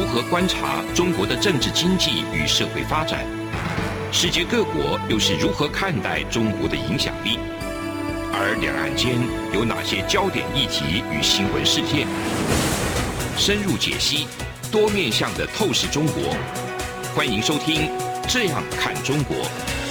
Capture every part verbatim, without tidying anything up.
何观察中国的政治经济与社会发展？世界各国又是如何看待中国的影响力？而两岸间有哪些焦点议题与新闻事件？深入解析，多面向的透视中国。欢迎收听《这样看中国》。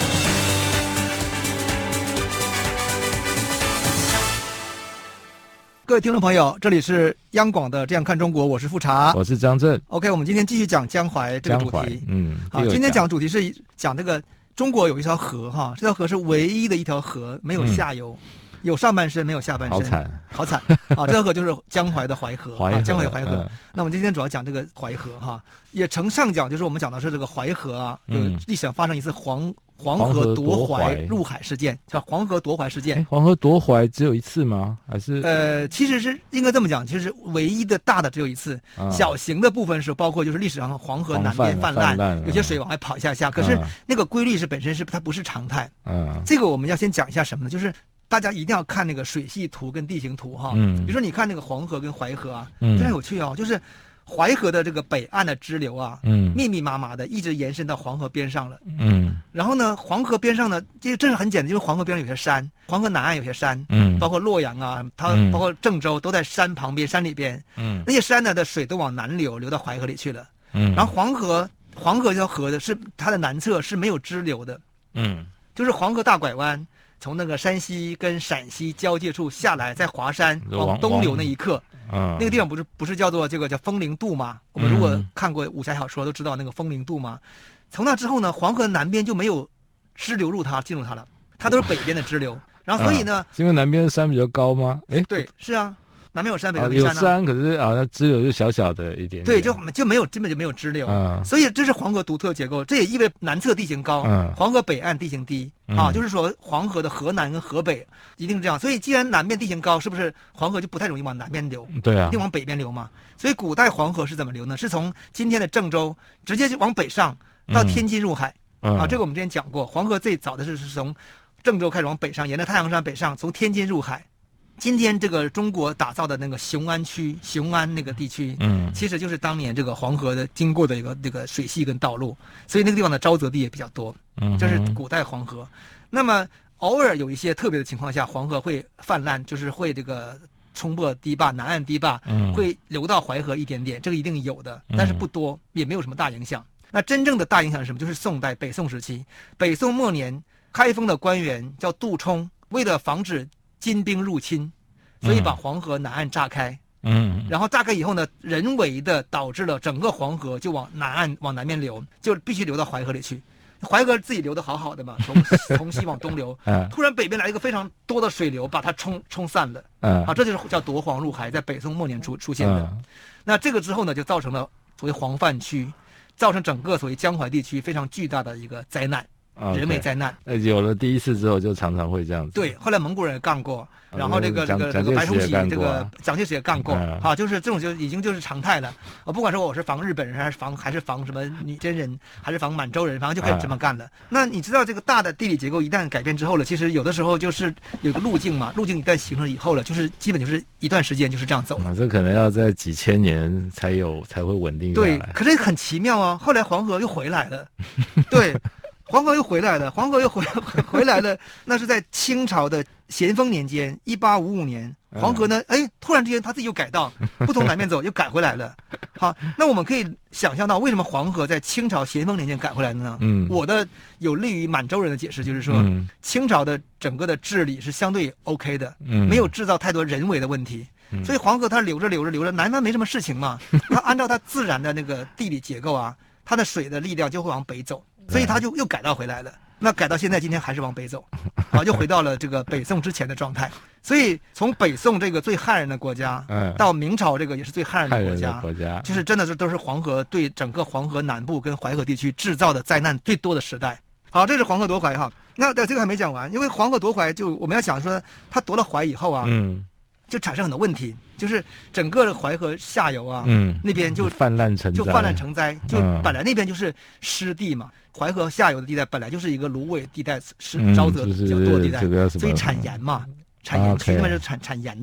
各位听众朋友，这里是央广的《这样看中国》，我是富察， 我是张震。 OK， 我们今天继续讲江淮这个主题。 嗯， 好，今天讲的主题是讲这个中国有一条河哈，这条河是唯一的一条河，没有下游，嗯、有上半身没有下半身， 好惨， 好惨啊！这条河就是江淮的淮河， 淮河啊、江淮淮河。 嗯、 那我们今天主要讲这个淮河哈，也承上讲就是我们讲的是这个淮河啊，嗯，历史上发生一次黄。黄河夺淮入海事件叫黄河夺淮事件。 黄河夺淮只有一次吗？还是呃，其实是应该这么讲，其实唯一的大的只有一次，啊、小型的部分是包括就是历史上黄河南边泛滥， 泛有些水往外跑下下。可是那个规律是本身是它不是常态。嗯，这个我们要先讲一下什么呢？就是大家一定要看那个水系图跟地形图哈。嗯，比如说你看那个黄河跟淮河啊，非常有趣哦，就是淮河的这个北岸的支流啊，嗯，密密麻麻的一直延伸到黄河边上了，嗯，然后呢，黄河边上呢，这个真是很简单，就是黄河边上有些山，黄河南岸有些山，嗯，包括洛阳啊，它、嗯、包括郑州都在山旁边、山里边，嗯，那些山呢的水都往南流，流到淮河里去了，嗯，然后黄河黄河这条河的是它的南侧是没有支流的，嗯，就是黄河大拐弯。从那个山西跟陕西交界处下来，在华山往东流那一刻，嗯，那个地方不是不是叫做这个叫风陵渡吗？我们如果看过武侠小说都知道那个风陵渡吗？从那之后呢，黄河南边就没有支流入它进入它了，它都是北边的支流。然后所以呢， 啊、是因为南边的山比较高吗？哎， 对，是啊。南边有山，北边没山、啊啊、有山，可是好像支流就小小的一点点。 对，就就没有，根本就没有支流。嗯，所以这是黄河独特结构，这也意味着南侧地形高，嗯，黄河北岸地形低、嗯、啊，就是说黄河的河南跟河北一定是这样。所以既然南边地形高，是不是黄河就不太容易往南边流？ 对啊， 一定往北边流嘛。所以古代黄河是怎么流呢？是从今天的郑州直接就往北上到天津入海、嗯、啊。这个我们之前讲过，黄河最早的是是从郑州开始往北上，沿着太阳山北上，从天津入海。今天这个中国打造的那个雄安区、雄安那个地区，嗯，其实就是当年这个黄河的经过的一个这个水系跟道路，所以那个地方的沼泽地也比较多，嗯，这是古代黄河。那么偶尔有一些特别的情况下，黄河会泛滥，就是会这个冲破堤坝，南岸堤坝，嗯，会流到淮河一点点，这个一定有的，但是不多，也没有什么大影响。那真正的大影响是什么？就是宋代北宋时期，北宋末年，开封的官员叫杜充，为了防止金兵入侵，所以把黄河南岸炸开，嗯，然后炸开以后呢，人为的导致了整个黄河就往南岸往南面流，就必须流到淮河里去。淮河自己流得好好的嘛，从从西往东流，突然北边来一个非常多的水流，把它冲冲散了，嗯，啊，这就是叫夺黄入海，在北宋末年出出现的。嗯、那这个之后呢，就造成了所谓黄泛区，造成整个所谓江淮地区非常巨大的一个灾难。Okay, 人为灾难， 呃，有了第一次之后，就常常会这样子。 对，后来蒙古人也干过，然后这个、啊、这个这个白崇禧这个蒋介石也干过，嗯、啊，就是这种就已经就是常态了。啊，不管说我是防日本人还是防还是防什么女真人，还是防满洲人，反正就开始这么干了。嗯、那你知道这个大的地理结构一旦改变之后了，其实有的时候就是有个路径嘛，路径一旦形成以后了，就是基本就是一段时间就是这样走。 啊，这可能要在几千年才有才会稳定下来。 对，可是很奇妙啊，后来黄河又回来了，对。黄河又回来了，黄河又回回来了。那是在清朝的咸丰年间，一八五五年，黄河呢，哎，突然之间它自己又改道，不从南面走，又改回来了。好，那我们可以想象到，为什么黄河在清朝咸丰年间改回来的呢？嗯，我的有利于满洲人的解释就是说，嗯、清朝的整个的治理是相对 OK 的，嗯，没有制造太多人为的问题。嗯、所以黄河它流着流着流着，南方没什么事情嘛，它按照它自然的那个地理结构啊，它的水的力量就会往北走。所以他就又改道回来了，那改到现在今天还是往北走，好，又回到了这个北宋之前的状态。所以从北宋这个最汉人的国家，嗯，到明朝这个也是最汉人的国家， 国家就是真的是都是黄河对整个黄河南部跟淮河地区制造的灾难最多的时代。好，这是黄河夺淮哈。那这个还没讲完，因为黄河夺淮就我们要想说，他夺了淮以后啊，嗯，就产生很多问题。就是整个的淮河下游啊，嗯，那边就泛滥成灾， 就泛滥成灾，就本来那边就是湿地嘛，淮河下游的地带本来就是一个芦苇地带，是沼泽比较多的地带，所以产盐嘛，产盐区那边是产产盐的。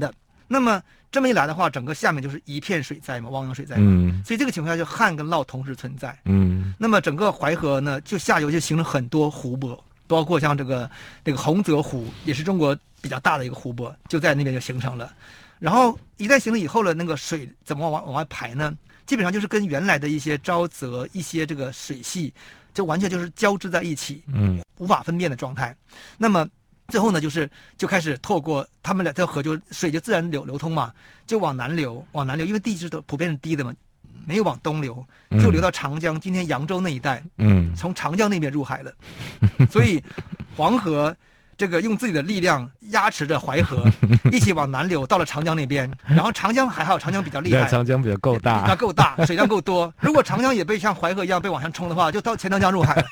那么这么一来的话，整个下面就是一片水灾嘛，汪洋水灾嘛。 嗯， 所以这个情况下就旱跟涝同时存在。 嗯， 那么整个淮河呢，就下游就形成很多湖泊，包括像这个这个洪泽湖，也是中国比较大的一个湖泊，就在那边就形成了。然后一旦形成以后呢，那个水怎么往往外排呢？基本上就是跟原来的一些沼泽、一些这个水系，就完全就是交织在一起， 嗯， 无法分辨的状态。那么最后呢，就是就开始透过他们俩这河就水就自然流流通嘛，就往南流，往南流，因为地质都普遍是低的嘛，没有往东流，就流到长江，嗯、今天扬州那一带，嗯，从长江那边入海了，所以黄河。这个用自己的力量压持着淮河，一起往南流，到了长江那边。然后长江还好，长江比较厉害， 长江比较够大， 比较够大，水量够多。如果长江也被像淮河一样被往上冲的话，就到钱塘江入海了，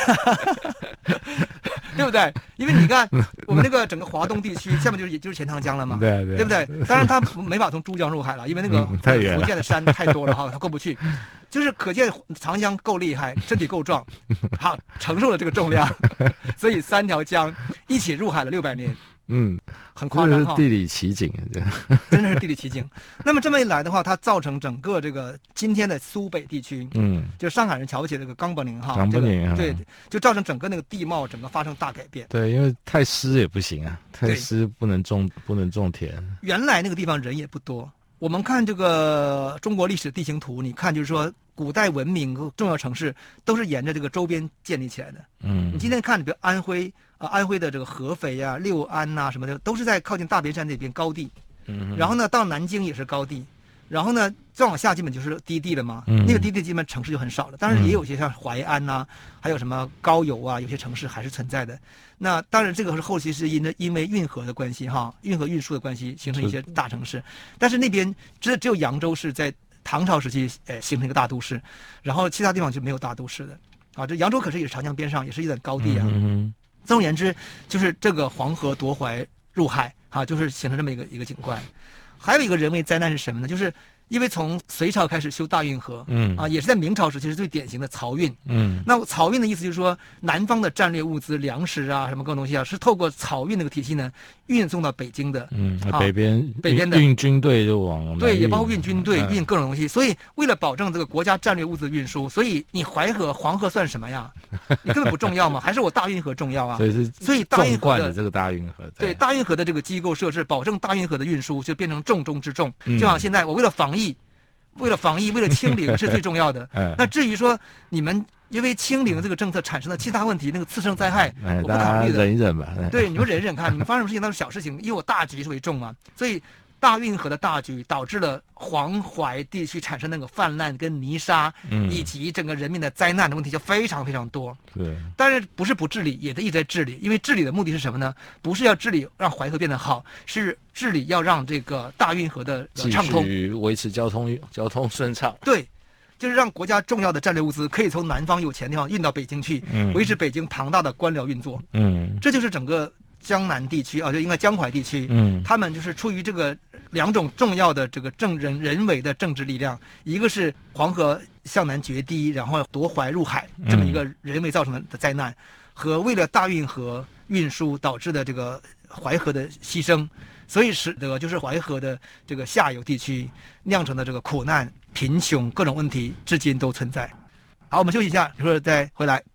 对不对？因为你看我们那个整个华东地区下面就是也就是钱塘江了嘛， 对对， 对不对？当然它没法从珠江入海了，因为那个福建的山太多了哈，它过不去。就是可见长江够厉害，身体够壮，好承受了这个重量，所以三条江一起入海了六百年， 嗯， 很夸张哈， 地理奇景， 真的是地理奇景。那么这么一来的话，它造成整个这个今天的苏北地区，嗯，就上海人瞧不起这个冈本宁哈， 冈本宁、 这个、对，就造成整个那个地貌整个发生大改变。 对，因为太湿也不行啊，太湿不能种不能种田。 原来那个地方人也不多。我们看这个中国历史地形图，你看就是说，古代文明和重要城市都是沿着这个周边建立起来的。嗯，你今天看，比如安徽啊、呃，安徽的这个合肥啊、六安呐、啊、什么的，都是在靠近大别山那边高地。嗯，然后呢，到南京也是高地，然后呢，再往下基本就是低地了嘛。嗯，那个低地基本城市就很少了。当然也有些像淮安呐、啊，还有什么高邮啊，有些城市还是存在的。那当然，这个是后期是因着因为运河的关系哈，运河运输的关系形成一些大城市，但是那边只只有扬州是在唐朝时期呃形成一个大都市，然后其他地方就没有大都市的啊。这扬州可是也是长江边上，也是一点高地啊。嗯总而言之，就是这个黄河夺淮入海啊，就是形成这么一个一个景观。还有一个人为灾难是什么呢？就是因为从隋朝开始修大运河，嗯啊，也是在明朝时期是最典型的漕运，嗯，那漕运的意思就是说，南方的战略物资、粮食啊，什么各种东西啊，是透过漕运那个体系呢，运送到北京的，嗯， 啊、北边北边的运军队就往对，也包括运军队、嗯、运各种东西。所以为了保证这个国家战略物资运输，所以你淮河、黄河算什么呀？你根本不重要嘛，还是我大运河重要啊？ 所以是所以大运河的这个大运河， 对大运河的这个机构设置，保证大运河的运输就变成重中之重。嗯、就像现在我为了防疫。为了防疫，为了清零是最重要的。那至于说你们因为清零这个政策产生的其他问题，那个次生灾害，我不考虑的。 忍一忍吧。 对，你们忍一忍看，你们发生什么事情都是小事情，以我大局为重嘛。所以大运河的大局导致了黄淮地区产生那个泛滥跟泥沙，嗯、以及整个人民的灾难的问题就非常非常多。 对， 但是不是不治理，也得一直在治理，因为治理的目的是什么呢？不是要治理让淮河变得好，是治理要让这个大运河的畅通， 继续维持交通交通顺畅。 对。就是让国家重要的战略物资可以从南方有钱的地方运到北京去，嗯、维持北京庞大的官僚运作。嗯，这就是整个江南地区啊，就应该江淮地区。嗯，他们就是出于这个两种重要的这个政人人为的政治力量，一个是黄河向南决堤，然后夺淮入海这么一个人为造成的灾难，嗯、和为了大运河运输导致的这个淮河的牺牲。所以使得就是淮河的这个下游地区酿成的这个苦难、贫穷各种问题，至今都存在。好，我们休息一下，一会儿再回来。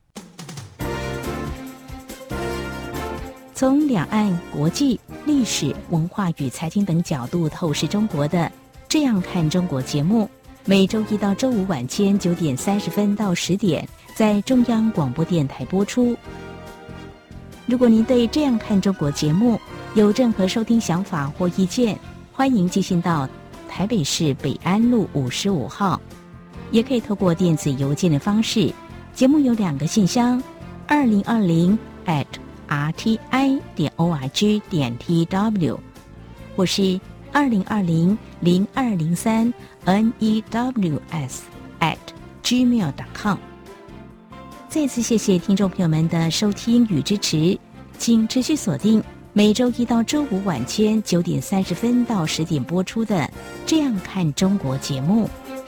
从两岸、国际、历史、文化与财经等角度透视中国的《这样看中国》节目，每周一到周五晚间九点三十分到十点，在中央广播电台播出。如果您对《这样看中国》节目有任何收听想法或意见，欢迎寄信到台北市北安路五十五号，也可以透过电子邮件的方式。节目有两个信箱：二零二零 at r t i 点 o r g 点 t w， 或是二零二零零二零三 n e w s at gmail 点 com。再次谢谢听众朋友们的收听与支持，请持续锁定每周一到周五晚间九点三十分到十点播出的《这样看中国》节目。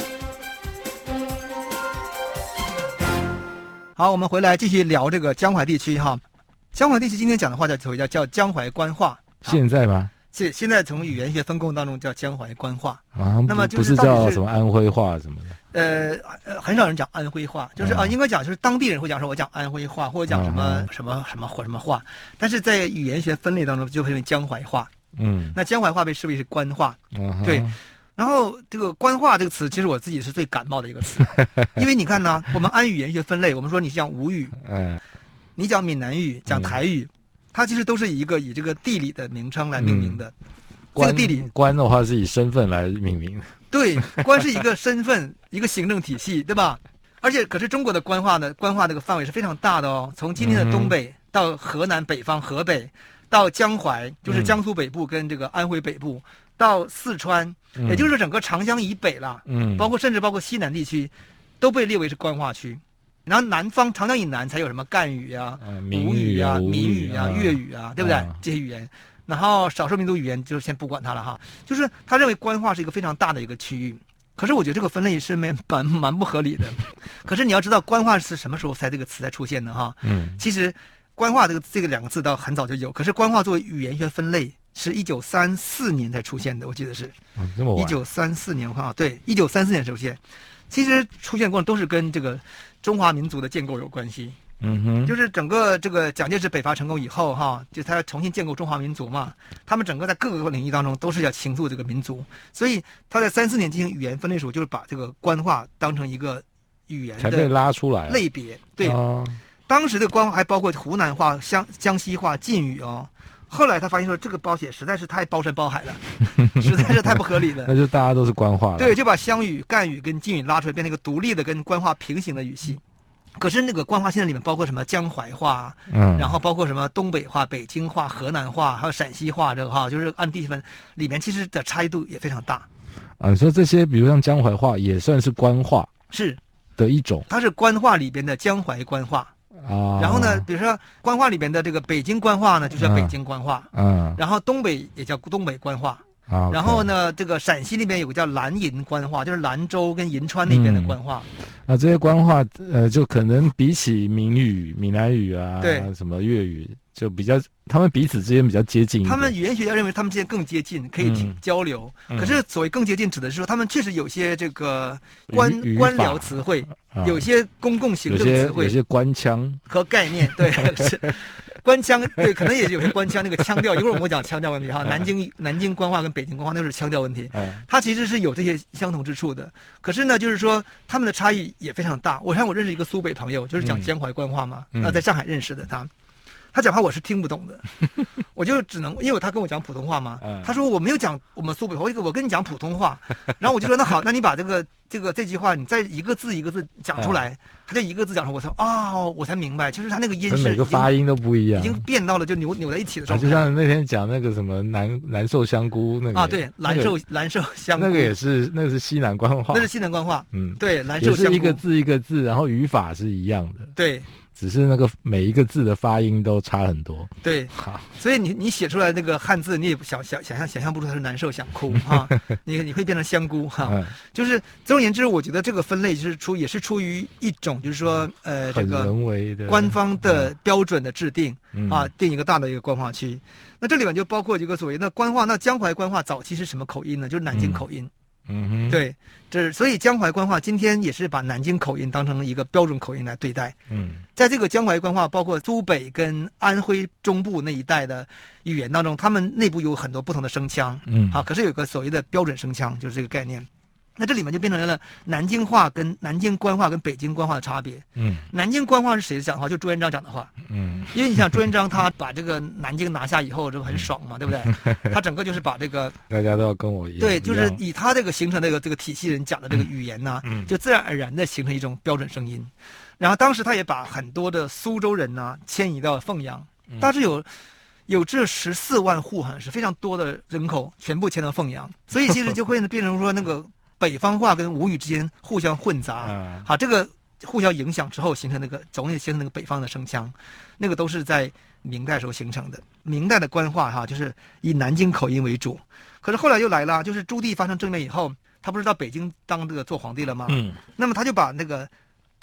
好，我们回来继续聊这个江淮地区哈。江淮地区今天讲的话叫叫叫江淮官话。 现在吗？ 现现在从语言学分工当中叫江淮官话啊， 那么不是叫什么安徽话什么的。 呃，呃很少人讲安徽话，就是啊、呃，应该讲就是当地人会讲说我讲安徽话，或者讲什么、嗯、什么什么或什么话，但是在语言学分类当中就分为江淮话。嗯，那江淮话被视为是官话。嗯，对。然后这个官话这个词，其实我自己是最感冒的一个词，因为你看呢，我们按语言学分类，我们说你讲吴语，嗯，你讲闽南语，讲台语，嗯、它其实都是以一个以这个地理的名称来命名的。嗯、这个地理官的话是以身份来命名。 对，官是一个身份，一个行政体系，对吧？而且可是中国的官话呢，官话这个范围是非常大的哦，从今天的东北到河南北方河北，到江淮，就是江苏北部跟这个安徽北部。嗯到四川，也就是整个长江以北了，嗯，包括甚至包括西南地区，都被列为是官话区。然后南方长江以南才有什么赣语啊、吴语啊、闽语啊、粤语啊，对不对？这些语言。然后少数民族语言就先不管它了哈，就是他认为官话是一个非常大的一个区域。可是我觉得这个分类是蛮蛮蛮不合理的。可是你要知道，官话是什么时候才这个词才出现的哈？嗯，其实官话这个这个两个字倒很早就有，可是官话作为语言学分类。是一九三四年才出现的，我记得是， 嗯，这么晚。 一九三四年，我看啊，对，一九三四年出现。其实出现过程都是跟这个中华民族的建构有关系。嗯哼，就是整个这个蒋介石北伐成功以后，哈，就他要重新建构中华民族嘛。他们整个在各个领域当中都是要倾诉这个民族，所以他在三四年进行语言分类时候，就是把这个官话当成一个语言的才被拉出来类别。对，哦、当时的官话还包括湖南话、湘江西话、晋语哦。后来他发现说，这个包写实在是太包山包海了，实在是太不合理了。 那就大家都是官话了。 对，就把湘语、赣语跟晋语拉出来，变成一个独立的跟官话平行的语系。可是那个官话现在里面包括什么江淮话，嗯，然后包括什么东北话、北京话、河南话，还有陕西话，这个哈，就是按地分里面其实的差异度也非常大。 啊，你说这些，比如像江淮话，也算是官话是的一种， 它是官话里边的江淮官话。啊，然后呢，比如说官话里边的这个北京官话呢，就叫北京官话，嗯，嗯然后东北也叫东北官话，啊，然后呢，这个陕西那边有个叫兰银官话，就是兰州跟银川那边的官话。 嗯、啊，这些官话，呃，就可能比起闽语、闽南语啊， 对， 什么粤语，就比较，他们彼此之间比较接近。 他们语言学家认为他们之间更接近，可以嗯、 交流。嗯、可是所谓更接近，指的是说他们确实有些这个官官僚词汇。有些公共行政词汇， 有些官腔和概念，对，是官腔，对，可能也有些官腔那个腔调。一会儿我们讲腔调问题哈，南京南京官话跟北京官话那是腔调问题，它其实是有这些相同之处的。可是呢，就是说他们的差异也非常大。我看我认识一个苏北朋友，就是讲江淮官话嘛，那、嗯、在上海认识的他。他讲话我是听不懂的，我就只能因为他跟我讲普通话嘛，他说我没有讲我们苏北话，我跟你讲普通话，然后我就说那好，那你把这个这个这句话你再一个字一个字讲出来，他就一个字讲出来，我说啊、哦，我才明白，就是他那个音是每个发音都不一样， 已经变到了就扭扭在一起的状态、 啊。就像那天讲那个什么南南寿香菇那个啊，对，蓝寿蓝寿香菇那个也是那个是西南官话， 那是西南官话，嗯，对，蓝寿香菇也是一个字一个字，然后语法是一样的， 对。 只是那个每一个字的发音都差很多， 对，好，所以你你写出来那个汉字，你也想想想象想象不出它是难受想哭哈，你你会变成香菇哈，嗯、就是总而言之，我觉得这个分类就是出也是出于一种就是说呃这个人为的官方的标准的制定、嗯、啊，定一个大的一个官话区，那这里面就包括一个所谓的官话，那江淮官话早期是什么口音呢？就是南京口音。嗯嗯哼，对，这所以江淮官话今天也是把南京口音当成一个标准口音来对待。嗯，在这个江淮官话，包括苏北跟安徽中部那一带的语言当中，他们内部有很多不同的声腔。嗯，好，可是有个所谓的标准声腔，就是这个概念。那这里面就变成了南京话跟南京官话跟北京官话的差别。嗯，南京官话是谁讲的话？就朱元璋讲的话。嗯，因为你想朱元璋他把这个南京拿下以后，这不很爽嘛，对不对？他整个就是把这个大家都要跟我一样。 对，就是以他这个形成这个这个体系人讲的这个语言呢，嗯、就自然而然的形成一种标准声音。然后当时他也把很多的苏州人呢迁移到凤阳，大致有。有这十四万户，好像是非常多的人口，全部迁到凤阳，所以其实就会变成说那个北方话跟吴语之间互相混杂，嗯、好，这个互相影响之后形成那个总体形成那个北方的声腔，那个都是在明代时候形成的。明代的官话哈，就是以南京口音为主，可是后来又来了，就是朱棣发生政变以后，他不是到北京当这个做皇帝了吗？嗯，那么他就把那个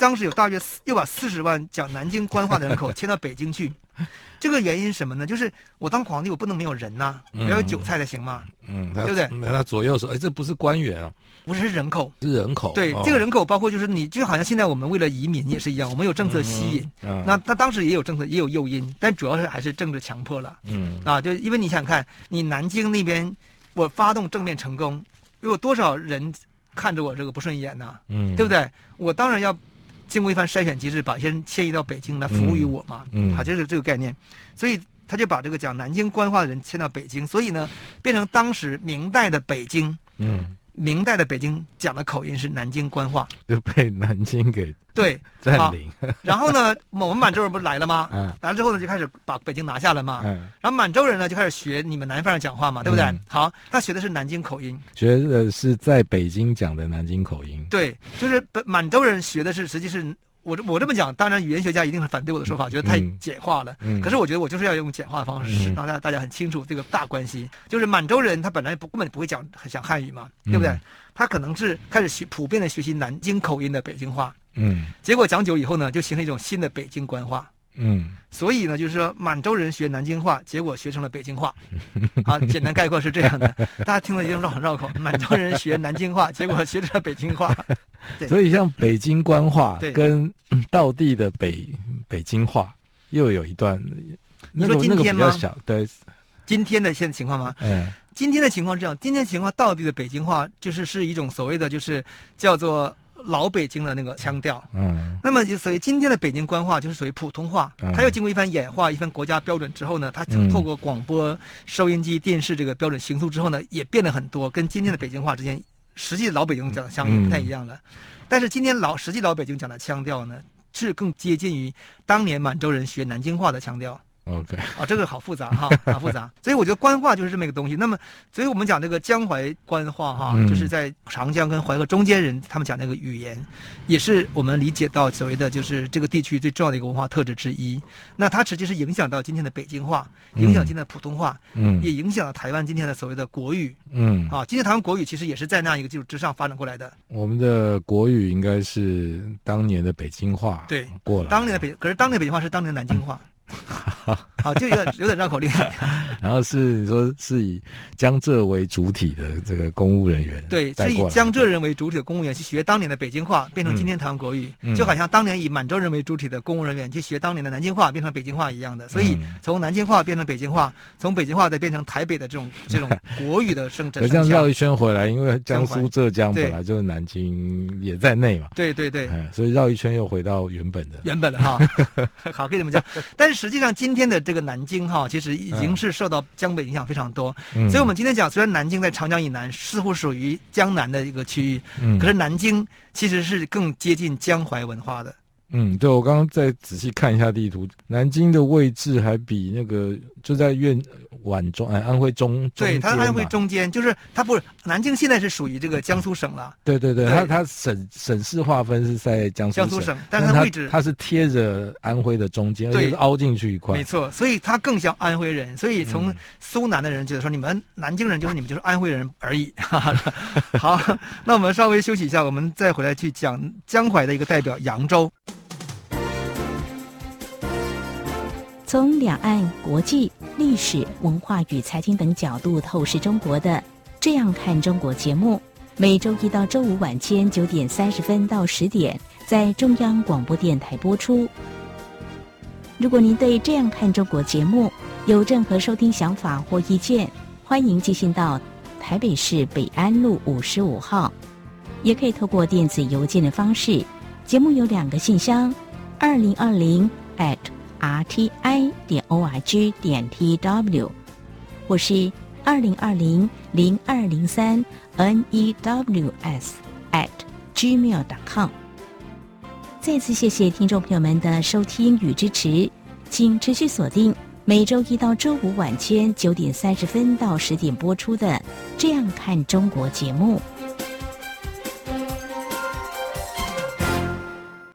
当时有大约又把四十万讲南京官话的人口迁到北京去。这个原因是什么呢？就是我当皇帝，我不能没有人呐、啊，我要有韭菜才行嘛， 嗯， 对不对？ 他左右说，哎，这不是官员啊， 不是人口， 是人口。 对， 哦、 这个人口包括就是你，就好像现在我们为了移民也是一样，我们有政策吸引， 嗯嗯、 那他当时也有政策，也有诱因，但主要是还是政治强迫了。 嗯， 啊，就因为你想想看，你南京那边我发动政变成功，有多少人看着我这个不顺眼呐、啊？嗯，对不对？我当然要经过一番筛选机制，把一些人迁移到北京来服务于我嘛。嗯，好，就是这个概念，所以他就把这个讲南京官话的人迁到北京，所以呢，变成当时明代的北京。嗯。明代的北京讲的口音是南京官话， 就被南京给对占领。 然后呢，我们满洲人不是来了吗？ 嗯， 来了之后呢，就开始把北京拿下了嘛。 嗯， 然后满洲人呢就开始学你们南方人讲话嘛，对不对？嗯、好，他学的是南京口音， 学的是在北京讲的南京口音。 对，就是满洲人学的是实际是。我我这么讲，当然语言学家一定是反对我的说法，觉得太简化了。嗯，可是我觉得我就是要用简化的方式，嗯、让大家大家很清楚这个大关系。就是满洲人他本来不根本不会讲讲汉语嘛，对不对？嗯、他可能是开始学普遍的学习南京口音的北京话。嗯，结果讲久以后呢，就形成一种新的北京官话。嗯，所以呢，就是说满洲人学南京话，结果学成了北京话。啊，简单概括是这样的，大家听了一定绕很绕口。满洲人学南京话，结果学成了北京话。 所以像北京官话跟道地的北北京话又有一段， 你说今天吗？ 那个比较小，对， 今天的现在情况吗？嗯，今天的情况是这样，今天的情况道地的北京话就是是一种所谓的就是叫做老北京的那个腔调。嗯，那么就所以今天的北京官话就是属于普通话，嗯、它又经过一番演化、一番国家标准之后呢，它透过广播、收音机、电视这个标准形塑之后呢，也变得很多，跟今天的北京话之间。实际老北京讲的腔也不太一样了，嗯、但是今天老实际老北京讲的腔调呢，是更接近于当年满洲人学南京话的腔调。 OK， 啊，这个好复杂哈，好复杂。所以我觉得官话就是这么一个东西。那么，所以我们讲这个江淮官话哈，嗯、就是在长江跟淮河中间人他们讲那个语言，也是我们理解到所谓的就是这个地区最重要的一个文化特质之一。那它实际是影响到今天的北京话，影响今天的普通话，嗯，也影响了台湾今天的所谓的国语，嗯，啊，今天台湾国语其实也是在那样一个基础之上发展过来的。 我们的国语应该是当年的北京话， 对， 过来。 当年的北，可是当年的北京话是当年的南京话。好，就有点有点绕口令。 然后是你说是以江浙为主体的这个公务人员， 对，是以江浙人为主体的公务员去学当年的北京话，变成今天台湾国语，嗯、就好像当年以满洲人为主体的公务人员去学当年的南京话，变成北京话一样的。所以从南京话变成北京话，从北京话再变成台北的这种这种国语的生成。 这样绕一圈回来，因为江苏、浙江本来就是南京也在内嘛， 对对对， 所以绕一圈又回到原本的原本的哈。好，可以这么讲。但是实际上今天的这个南京哈，其实已经是受到江北影响非常多。嗯、所以我们今天讲，虽然南京在长江以南似乎属于江南的一个区域，嗯、可是南京其实是更接近江淮文化的。 嗯，对，我刚刚再仔细看一下地图，南京的位置还比那个就在粤皖中，哎，安徽中， 对，它安徽中间，就是它不是南京现在是属于这个江苏省了。 对对对，对它它省省市划分是在江苏省， 江苏省，但是它位置它是贴着安徽的中间，而且是凹进去一块。 没错，所以它更像安徽人，所以从苏南的人觉得说，你们南京人就是你们就是安徽人而已。好，那我们稍微休息一下，我们再回来去讲江淮的一个代表扬州。 从两岸、国际、历史、文化与财经等角度透视中国的《这样看中国》节目，每周一到周五晚间九点三十分到十点，在中央广播电台播出。如果您对《这样看中国》节目有任何收听想法或意见，欢迎寄信到台北市北安路五十五号，也可以透过电子邮件的方式。节目有两个信箱：二零二零 at r t i 点 o r g 点 t w， 或是二零二零零二零三 n e w s at gmail 点 com。 再次谢谢听众朋友们的收听与支持，请持续锁定每周一到周五晚间九点三十分到十点播出的《这样看中国》节目。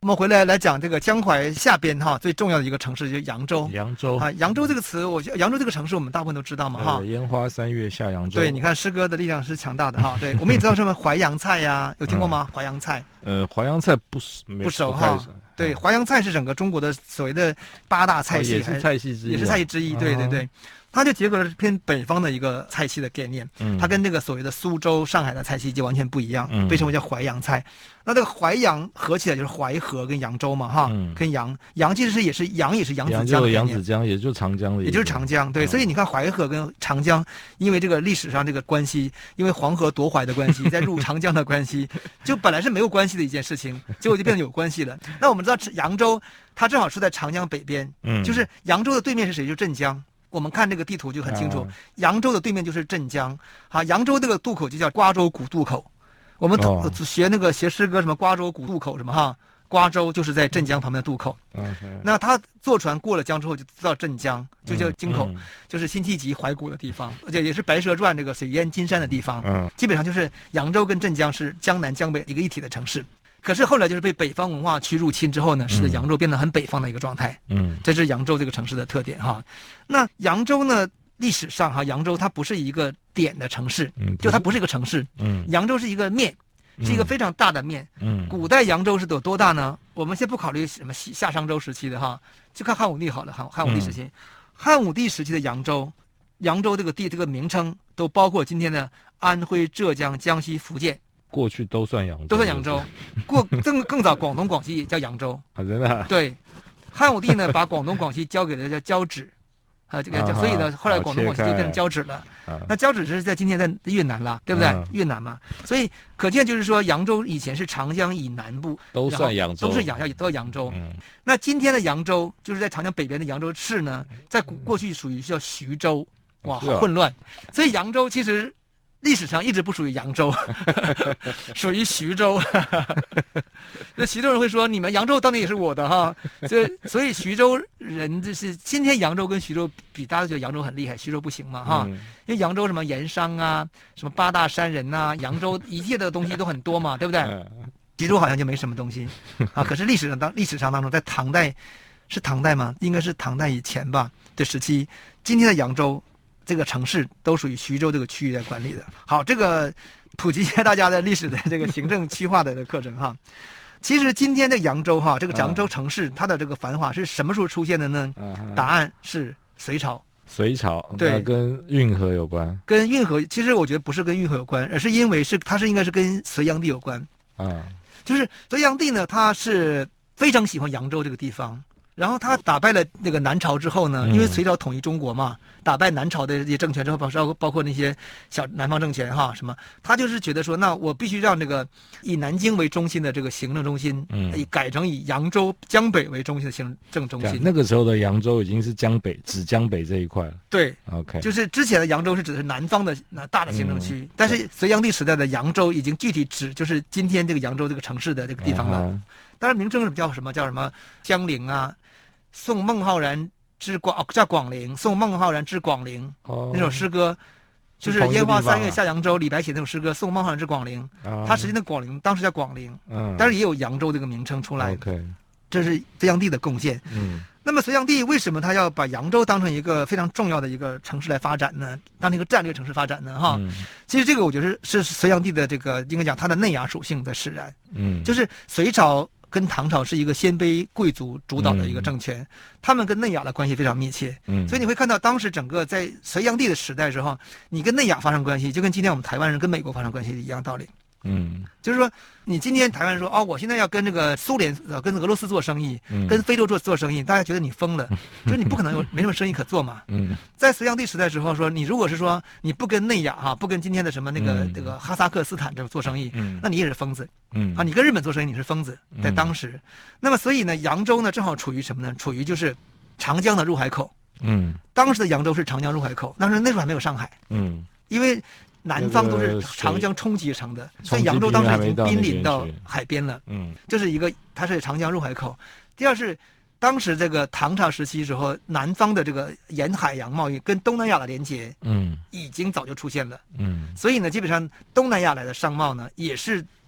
我们回来来讲这个江淮下边哈最重要的一个城市就是扬州。 扬州啊，扬州这个词，我扬州这个城市我们大部分都知道嘛哈。 烟花三月下扬州。 对，你看诗歌的力量是强大的哈。对，我们也知道什么淮扬菜呀，有听过吗？淮扬菜。 呃，淮扬菜不不熟哈。对，淮扬菜是整个中国的所谓的八大菜系， 也是菜系之一， 也是菜系之一。对对对。它就结合了偏北方的一个菜系的概念，嗯，它跟这个所谓的苏州、上海的菜系就完全不一样，嗯，被称为叫淮扬菜。那这个淮扬合起来就是淮河跟扬州嘛，哈，嗯，跟扬扬其实是也是扬也是扬子江的概念， 扬子江也就是长江的， 也就是长江，对，嗯，所以你看淮河跟长江，因为这个历史上这个关系，因为黄河夺淮的关系，再入长江的关系，就本来是没有关系的一件事情，结果就变成有关系了。那我们知道扬州，它正好是在长江北边，嗯，就是扬州的对面是谁？就是镇江。我们看这个地图就很清楚，啊，扬州的对面就是镇江，啊，扬州这个渡口就叫瓜州古渡口。我们、哦、学那个学诗歌什么瓜州古渡口什么哈，瓜州就是在镇江旁边的渡口。嗯，那他坐船过了江之后就到镇江，就叫京口，嗯嗯，就是辛弃疾怀古的地方，而且也是《白蛇传》这个水淹金山的地方。嗯，基本上就是扬州跟镇江是江南江北一个一体的城市。可是后来就是被北方文化区入侵之后呢，使得扬州变得很北方的一个状态。嗯，这是扬州这个城市的特点哈。那扬州呢，历史上哈，扬州它不是一个点的城市，嗯，就它不是一个城市。嗯，扬州是一个面，是一个非常大的面。嗯，古代扬州是有多大呢？我们先不考虑什么夏商周时期的哈，就看汉武帝好了。汉汉武帝时期，嗯，汉武帝时期的扬州，扬州这个地这个名称都包括今天的安徽、浙江、江西、福建。 过去都算扬州， 都算扬州。过更更早，广东、广西也叫扬州。 啊，真的，啊？ 对，汉武帝呢，把广东、广西交给了叫交趾，啊，这个叫，所以呢，后来广东、广西就变成交趾了。啊，那交趾是在今天在越南了，对不对？啊，越南嘛，所以可见就是说，扬州以前是长江以南部， 都算扬州， 都是扬都扬州。嗯，那今天的扬州就是在长江北边的扬州市呢，在过去属于叫徐州，哇，好混乱。所以扬州其实。历史上一直不属于扬州，属于徐州。那徐州人会说：“你们扬州当年也是我的哈。”所以，所以徐州人就是今天扬州跟徐州比，大家都觉得扬州很厉害，徐州不行嘛哈。嗯，因为扬州什么盐商啊，什么八大山人呐，扬州一切的东西都很多嘛，对不对？徐州好像就没什么东西啊。可是历史上当历史上当中，在唐代是唐代吗？应该是唐代以前吧的时期，今天的扬州。这个城市都属于徐州这个区域来管理的。好，这个普及一下大家的历史的这个行政区划的课程哈。其实今天的扬州哈，这个扬州城市它的这个繁华是什么时候出现的呢？答案是隋朝。 隋朝， 对， 跟运河有关。 跟运河，其实我觉得不是跟运河有关，而是因为是它是应该是跟隋炀帝有关。啊，就是隋炀帝呢，他是非常喜欢扬州这个地方。然后他打败了那个南朝之后呢，因为隋朝统一中国嘛，打败南朝的这些政权之后，包括包括那些小南方政权哈什么，他就是觉得说，那我必须让这个以南京为中心的这个行政中心，嗯，改成以扬州江北为中心的行政中心。 那个时候的扬州已经是江北，指江北这一块了。 对 ，OK， 就是之前的扬州是指的是南方的那大的行政区，嗯，但是隋炀帝时代的扬州已经具体指就是今天这个扬州这个城市的这个地方了。嗯，当然名称是叫什么叫什么江陵啊。送孟浩然之广、哦、叫广陵，送孟浩然之广陵，哦，那首诗歌就是“烟花三月下扬州”，李白写那首诗歌《送孟浩然之广陵》，啊，他实际的广陵当时叫广陵，嗯，但是也有扬州这个名称出来。 OK， 这是隋炀帝的贡献。嗯，那么隋炀帝为什么他要把扬州当成一个非常重要的一个城市来发展呢？当成一个战略城市发展呢？哈，嗯，其实这个我觉得是隋炀帝的这个应该讲他的内亚属性在使然。嗯，就是隋朝。跟唐朝是一个鲜卑贵族主导的一个政权，嗯，他们跟内亚的关系非常密切，嗯，所以你会看到当时整个在隋炀帝的时代之后，你跟内亚发生关系，就跟今天我们台湾人跟美国发生关系一样道理。嗯，就是说，你今天台湾人说哦，我现在要跟这个苏联、呃，跟俄罗斯做生意，嗯，跟非洲做做生意，大家觉得你疯了，就是你不可能有没什么生意可做嘛。嗯，在隋炀帝时代之后说，你如果是说你不跟内亚哈，不跟今天的什么那个、嗯、这个哈萨克斯坦这个做生意，嗯，那你也是疯子。嗯，啊，你跟日本做生意你是疯子，在当时。嗯，那么所以呢，扬州呢正好处于什么呢？处于就是长江的入海口。嗯，当时的扬州是长江入海口，当时那时候还没有上海。嗯，因为。南方都是长江冲击成的，所以扬州当时已经濒临到海边了。嗯，这是一个，它是长江入海口。第二是，当时这个唐朝时期时候，南方的这个沿海洋贸易跟东南亚的连接，嗯，已经早就出现了。嗯，所以呢，基本上东南亚来的商贸呢，也是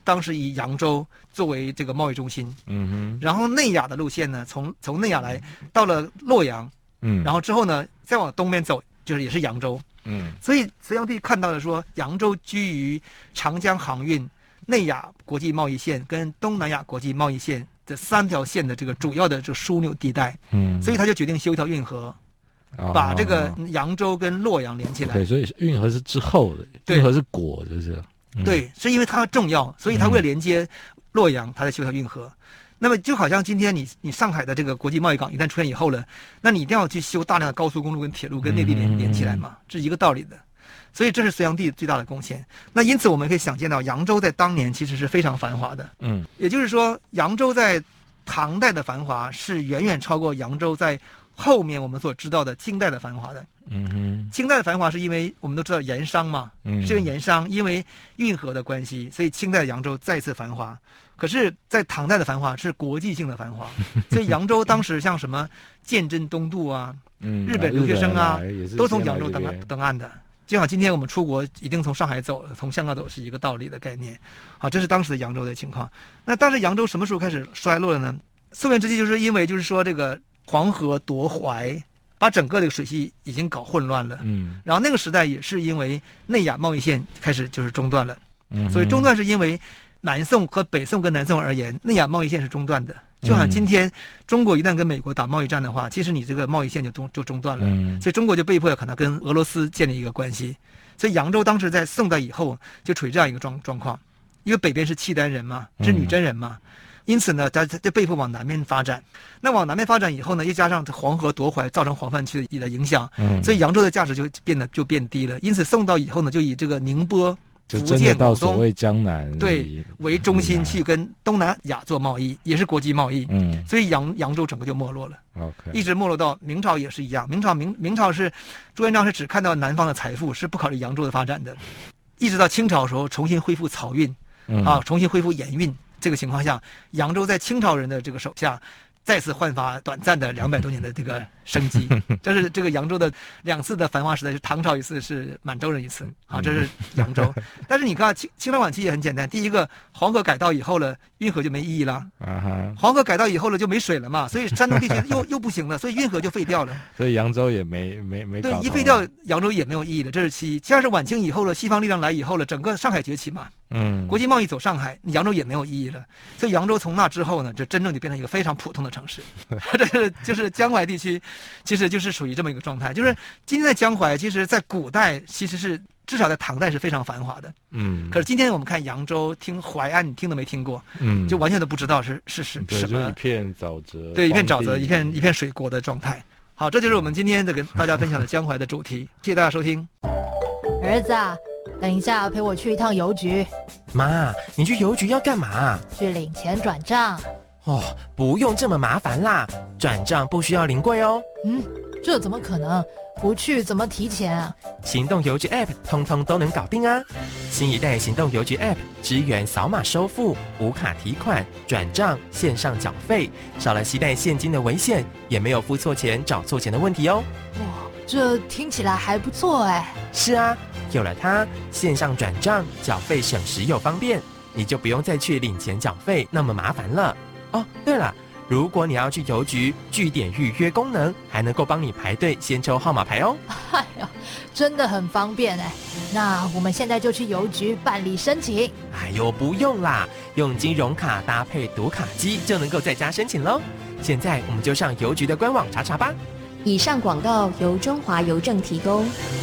当时以扬州作为这个贸易中心， 嗯哼， 然后内亚的路线呢，从从内亚来到了洛阳， 嗯， 然后之后呢，再往东边走，就是也是扬州， 嗯， 所以隋炀帝看到了说，扬州居于长江航运、内亚国际贸易线跟东南亚国际贸易线这三条线的这个主要的这个枢纽地带， 嗯， 所以他就决定修一条运河。 哦把这个扬州跟洛阳连起来， 对，所以运河是之后的，运河是果，就是、 嗯、对，是因为它重要，所以它为了连接洛阳，它才修条运河。嗯、那么就好像今天你你上海的这个国际贸易港一旦出现以后了，那你一定要去修大量的高速公路跟铁路跟内地连、嗯、连起来嘛，是一个道理的。所以这是隋炀帝最大的贡献。那因此我们可以想见到，扬州在当年其实是非常繁华的。嗯，也就是说，扬州在唐代的繁华是远远超过扬州在后面我们所知道的清代的繁华的。嗯哼，清代的繁华是因为我们都知道盐商嘛，嗯，是因为盐商，因为运河的关系，所以清代的扬州再次繁华。可是，在唐代的繁华是国际性的繁华，所以扬州当时像什么鉴真东渡啊，嗯，日本留学生啊，都从扬州登岸登岸的。就好今天我们出国一定从上海走，从香港走是一个道理的概念。好，这是当时的扬州的情况。那但是扬州什么时候开始衰落了呢？宋元之际，就是因为就是说这个黄河夺淮，把整个这个水系已经搞混乱了。嗯，然后那个时代也是因为内亚贸易线开始就是中断了。嗯，所以中断是因为南宋和北宋跟南宋而言，内亚贸易线是中断的。就好像今天中国一旦跟美国打贸易战的话，其实你这个贸易线就中就中断了。嗯，所以中国就被迫可能跟俄罗斯建立一个关系。所以扬州当时在宋代以后就处于这样一个状状况，因为北边是契丹人嘛，是女真人嘛。嗯，因此呢，他就被迫往南面发展。那往南面发展以后呢，又加上黄河夺淮，造成黄泛区的影响，嗯，所以扬州的价值就变得就变低了。因此，宋到以后呢，就以这个宁波、福建、 到所谓江南对为中心去跟东南亚做贸易，也是国际贸易。嗯，所以扬扬州整个就没落了。OK， 一直没落到明朝也是一样。明朝明明朝是朱元璋是只看到南方的财富，是不考虑扬州的发展的。一直到清朝的时候，重新恢复漕运，嗯，啊，重新恢复盐运。这个情况下，扬州在清朝人的这个手下，再次焕发短暂的两百多年的这个生机。这是这个扬州的两次的繁华时代，是唐朝一次，是满洲人一次。啊，这是扬州。但是你看清清朝晚期也很简单，第一个黄河改道以后了，运河就没意义了。啊，黄河改道以后了就没水了嘛，所以山东地区又又不行了，所以运河就废掉了。 所以扬州也没没没对，一废掉扬州也没有意义了，这是其一。其二是晚清以后了，西方力量来以后了，整个上海崛起嘛。嗯，国际贸易走上海，扬州也没有意义了。所以扬州从那之后呢，就真正就变成一个非常普通的城市。这是就是江淮地区，其实就是属于这么一个状态。就是今天的江淮，其实在古代其实是至少在唐代是非常繁华的。嗯，可是今天我们看扬州，听淮安，你听都没听过，嗯，就完全都不知道是是是什么， 一片沼泽， 对，一片沼泽，一片一片水国的状态。好，这就是我们今天的跟大家分享的江淮的主题。谢谢大家收听。 儿子啊，等一下陪我去一趟邮局。 妈，你去邮局要干嘛？ 去领钱转账。 哦，不用这么麻烦啦，转账不需要临柜哦。 嗯，这怎么可能？不去怎么提钱啊？ 行动邮局 App 通通都能搞定啊！新一代行动邮局 App 支援扫码收付、无卡提款、转账、线上缴费，少了携带现金的危险，也没有付错钱、找错钱的问题哦。 哇，这听起来还不错哎。 是啊，有了它，线上转账、缴费省时又方便，你就不用再去领钱缴费那么麻烦了。哦，对了，如果你要去邮局，据点预约功能还能够帮你排队先抽号码牌哦。 哎呀，真的很方便哎。那我们现在就去邮局办理申请。 哎呦，不用啦，用金融卡搭配读卡机就能够在家申请喽。现在我们就上邮局的官网查查吧。 以上广告由中华邮政提供。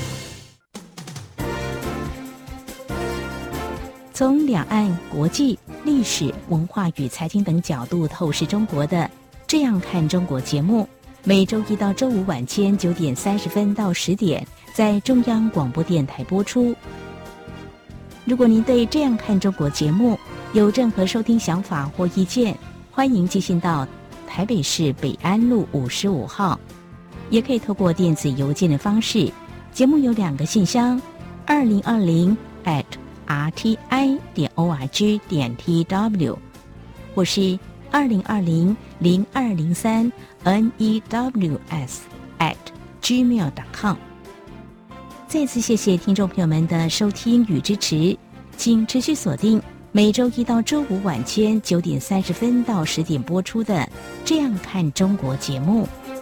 从两岸、国际、历史、文化与财经等角度透视中国的《这样看中国》节目，每周一到周五晚间九点三十分到十点在中央广播电台播出。如果您对《这样看中国》节目有任何收听想法或意见，欢迎寄信到台北市北安路五十五号，也可以透过电子邮件的方式。节目有两个信箱：二零二零 at r t i 点 o r g 点 t w， 或是二零二零零二零三 n e w s at gmail 点 com。 再次谢谢听众朋友们的收听与支持，请持续锁定每周一到周五晚间九点三十分到十点播出的《这样看中国》节目。